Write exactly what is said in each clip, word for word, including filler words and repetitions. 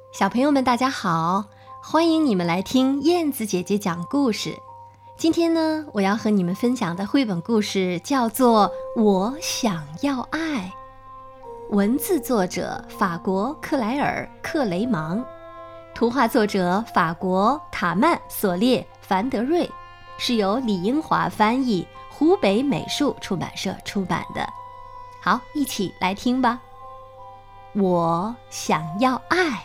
小朋友们大家好，欢迎你们来听燕子姐姐讲故事。今天呢，我要和你们分享的绘本故事叫做《我想要爱》，文字作者法国克莱尔·克雷芒，图画作者法国塔曼·索列·凡德瑞，是由李英华翻译，湖北美术出版社出版的。好，一起来听吧。我想要爱。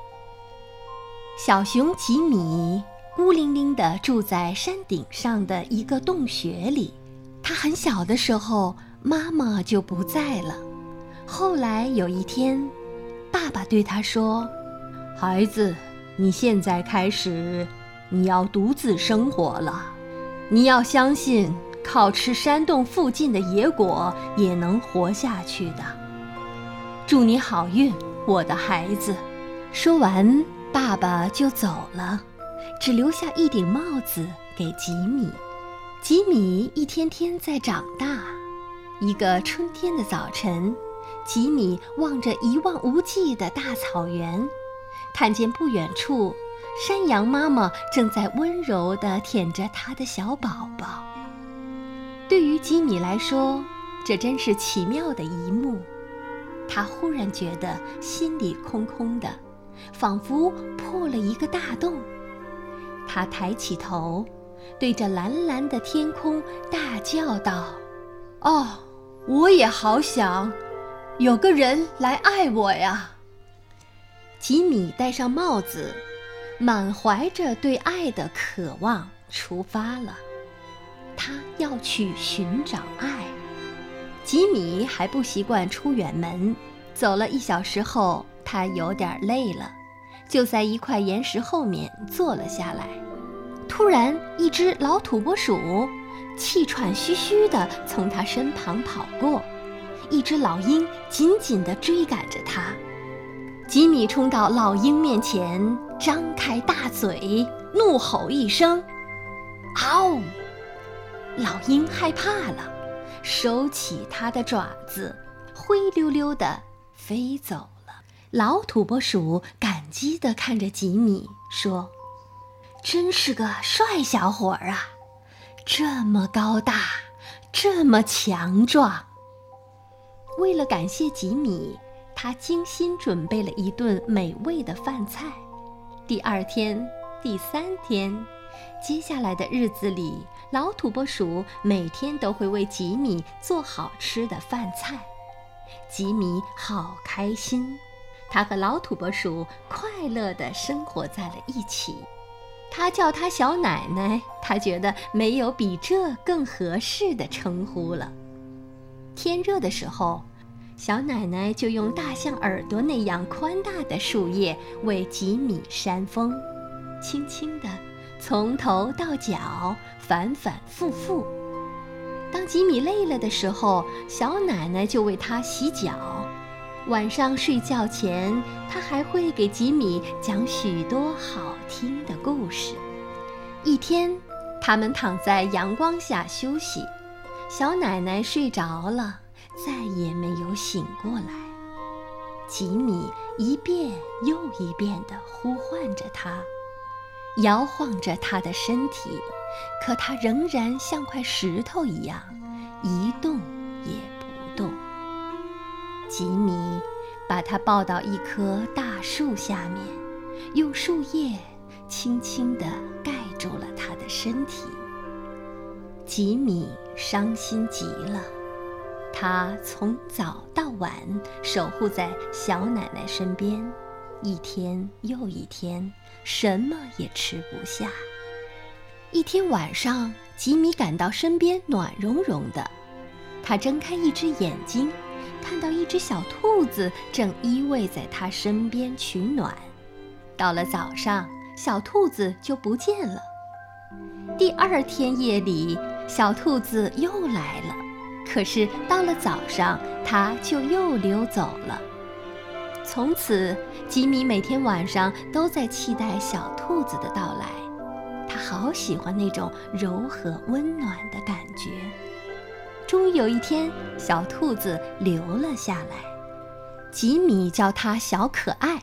小熊吉米孤零零地住在山顶上的一个洞穴里。他很小的时候，妈妈就不在了。后来有一天，爸爸对他说：孩子，你现在开始，你要独自生活了。你要相信，靠吃山洞附近的野果也能活下去的。祝你好运，我的孩子。说完，爸爸就走了，只留下一顶帽子给吉米。吉米一天天在长大。一个春天的早晨，吉米望着一望无际的大草原，看见不远处，山羊妈妈正在温柔地舔着她的小宝宝。对于吉米来说，这真是奇妙的一幕。他忽然觉得心里空空的，仿佛破了一个大洞。他抬起头，对着蓝蓝的天空大叫道：哦，我也好想有个人来爱我呀。吉米戴上帽子，满怀着对爱的渴望出发了。他要去寻找爱。吉米还不习惯出远门，走了一小时后，他有点累了，就在一块岩石后面坐了下来。突然，一只老土拨鼠气喘吁吁地从他身旁跑过，一只老鹰紧紧地追赶着他。吉米冲到老鹰面前，张开大嘴，怒吼一声：嗷！老鹰害怕了，收起它的爪子，灰溜溜地飞走了。老土拨鼠感激地看着吉米，说：真是个帅小伙儿啊，这么高大，这么强壮。为了感谢吉米，他精心准备了一顿美味的饭菜。第二天，第三天，接下来的日子里，老土拨鼠每天都会为吉米做好吃的饭菜。吉米好开心，他和老土拨鼠快乐地生活在了一起。他叫她小奶奶，他觉得没有比这更合适的称呼了。天热的时候，小奶奶就用大象耳朵那样宽大的树叶为吉米扇风，轻轻地从头到脚反反复复。当吉米累了的时候，小奶奶就为他洗脚。晚上睡觉前，她还会给吉米讲许多好听的故事。一天，他们躺在阳光下休息，小奶奶睡着了，再也没有醒过来。吉米一遍又一遍地呼唤着她，摇晃着他的身体，可他仍然像块石头一样，一动也不动。吉米把他抱到一棵大树下面，用树叶轻轻地盖住了他的身体。吉米伤心极了，他从早到晚守护在小奶奶身边，一天又一天，什么也吃不下。一天晚上，吉米感到身边暖融融的，他睁开一只眼睛，看到一只小兔子正依偎在他身边取暖。到了早上，小兔子就不见了。第二天夜里，小兔子又来了，可是到了早上，它就又溜走了。从此，吉米每天晚上都在期待小兔子的到来，他好喜欢那种柔和温暖的感觉。终于有一天，小兔子留了下来，吉米叫它小可爱，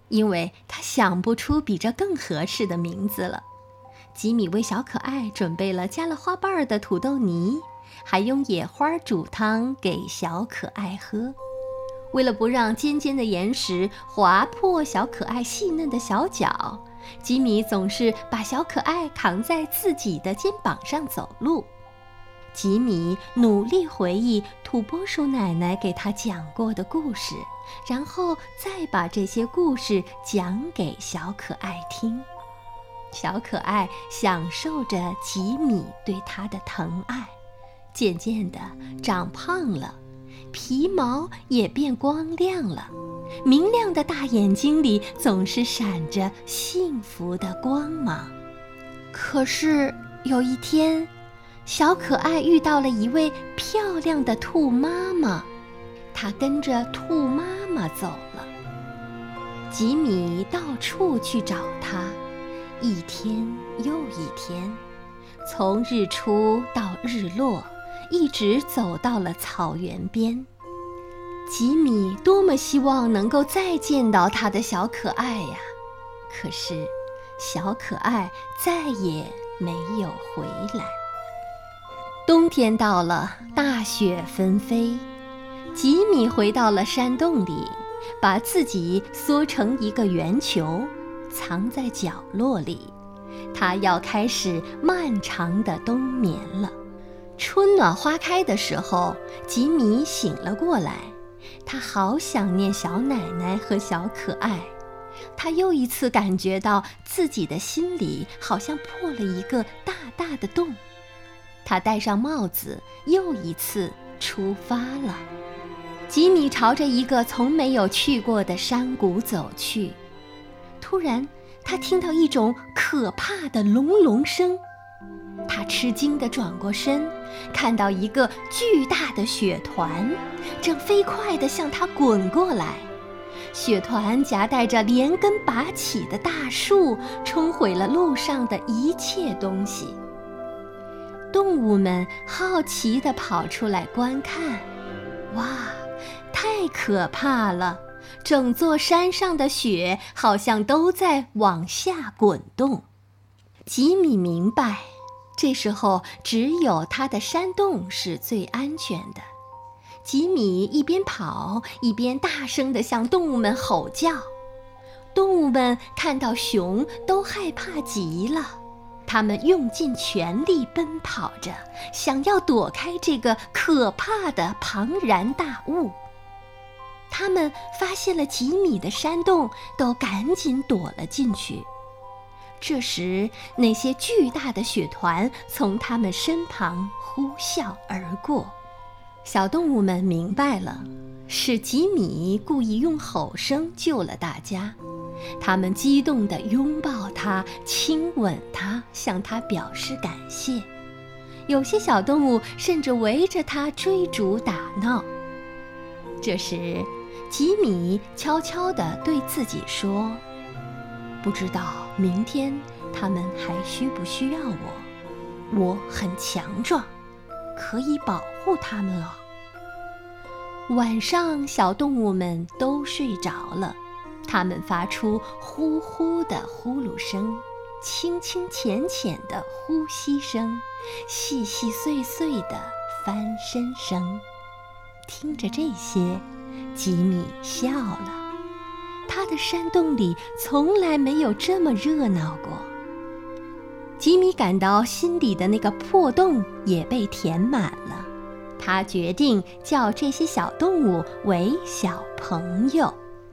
因为他想不出比这更合适的名字了。吉米为小可爱准备了加了花瓣的土豆泥，还用野花煮汤给小可爱喝。为了不让尖尖的岩石划破小可爱细嫩的小脚，吉米总是把小可爱扛在自己的肩膀上走路。吉米努力回忆土拨鼠奶奶给他讲过的故事，然后再把这些故事讲给小可爱听。小可爱享受着吉米对他的疼爱，渐渐地长胖了，皮毛也变光亮了，明亮的大眼睛里总是闪着幸福的光芒。可是有一天，小可爱遇到了一位漂亮的兔妈妈，她跟着兔妈妈走了。吉米到处去找她，一天又一天，从日出到日落，一直走到了草原边。吉米多么希望能够再见到他的小可爱呀！可是小可爱再也没有回来。冬天到了，大雪纷飞，吉米回到了山洞里，把自己缩成一个圆球，藏在角落里。他要开始漫长的冬眠了。春暖花开的时候，吉米醒了过来，他好想念小奶奶和小可爱。他又一次感觉到自己的心里好像破了一个大大的洞。他戴上帽子，又一次出发了。吉米朝着一个从没有去过的山谷走去。突然，他听到一种可怕的隆隆声。他吃惊地转过身，看到一个巨大的雪团正飞快地向他滚过来。雪团夹带着连根拔起的大树，冲毁了路上的一切东西。动物们好奇地跑出来观看。哇，太可怕了！整座山上的雪好像都在往下滚动。吉米明白，这时候只有他的山洞是最安全的。吉米一边跑一边大声地向动物们吼叫。动物们看到熊都害怕极了，他们用尽全力奔跑着，想要躲开这个可怕的庞然大物。他们发现了吉米的山洞，都赶紧躲了进去。这时，那些巨大的雪团从他们身旁呼啸而过。小动物们明白了，是吉米故意用吼声救了大家。他们激动地拥抱他，亲吻他，向他表示感谢。有些小动物甚至围着他追逐打闹。这时，吉米悄悄地对自己说：不知道明天他们还需不需要我？我很强壮，可以保护他们哦。晚上，小动物们都睡着了，它们发出呼呼的呼噜声，轻轻浅浅的呼吸声，细细碎碎的翻身声。听着这些，吉米笑了。他的山洞里从来没有这么热闹过。吉米感到心里的那个破洞也被填满了。他决定叫这些小动物为小朋友。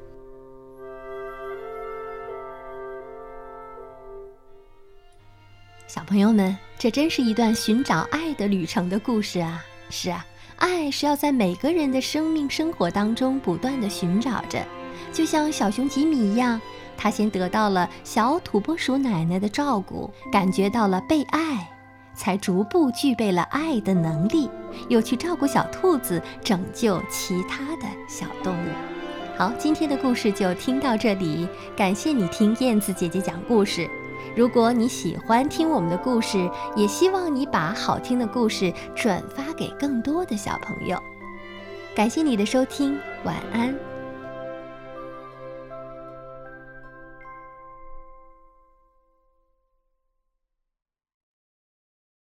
小朋友们，这真是一段寻找爱的旅程的故事啊！是啊，爱是要在每个人的生命生活当中不断地寻找着。就像小熊吉米一样，他先得到了小土拨鼠奶奶的照顾，感觉到了被爱，才逐步具备了爱的能力，又去照顾小兔子，拯救其他的小动物。好，今天的故事就听到这里，感谢你听燕子姐姐讲故事。如果你喜欢听我们的故事，也希望你把好听的故事转发给更多的小朋友。感谢你的收听，晚安。